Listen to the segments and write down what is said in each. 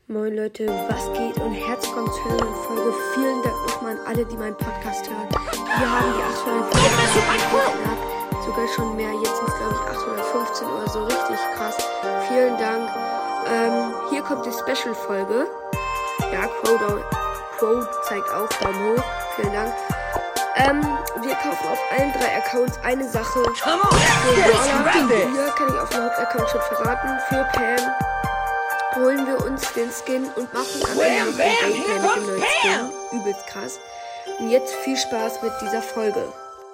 Moin Leute, was geht und herzlich willkommen zu einer neuen Folge. Vielen Dank nochmal an alle, die meinen Podcast hören. Wir haben die 800 Folgen, sogar schon mehr. Jetzt sind es glaube ich 815 oder so, richtig krass. Vielen Dank. Hier kommt die Special-Folge. Ja, Crow zeigt auch Daumen hoch. Vielen Dank. Wir kaufen auf allen 3 Accounts eine Sache. Hier kann ich auf dem Hauptaccount schon verraten. Für Pam holen wir uns den Skin und machen am Ende noch ein Gameplay mit dem neuen Skin. Übelst krass. Und jetzt viel Spaß mit dieser Folge.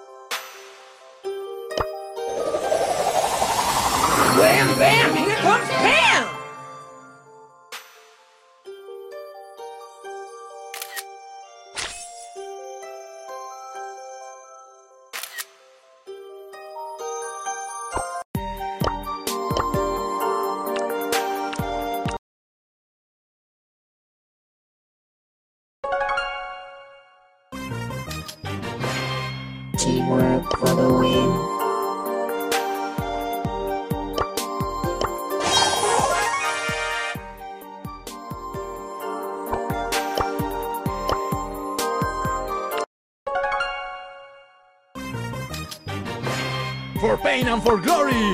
Wham, bam, here comes Pam! Teamwork for the win. For pain and for glory!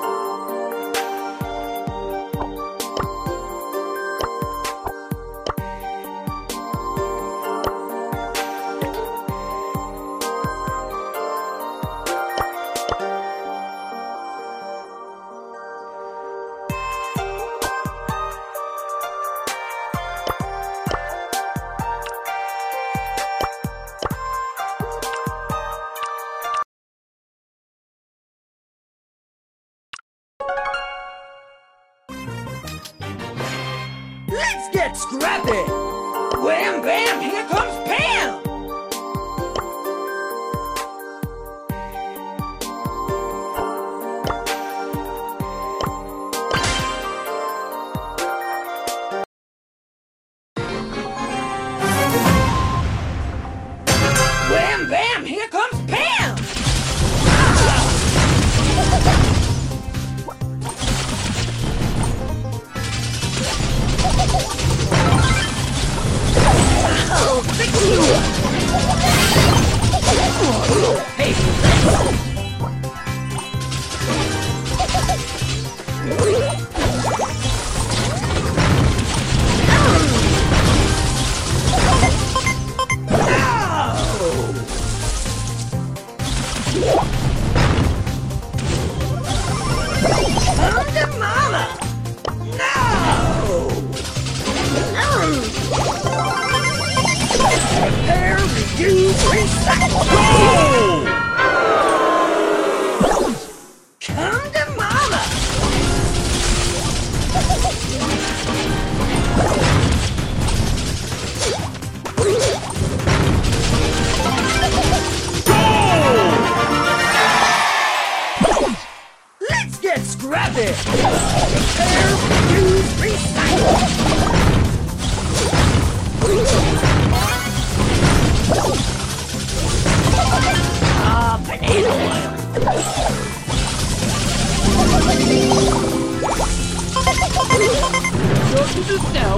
Let's get scrappy! Wham, bam, here comes Pam! Wham, bam, here comes Pam! I'll fix you! Hey, come to mama! No! Repair, reuse, recycle! Go! Come to mama! Let's get scrappy! Repair, reuse, recycle! Banana oil! Go to the snow!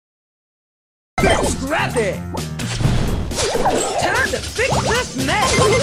Get scrappy! Time to fix this mess!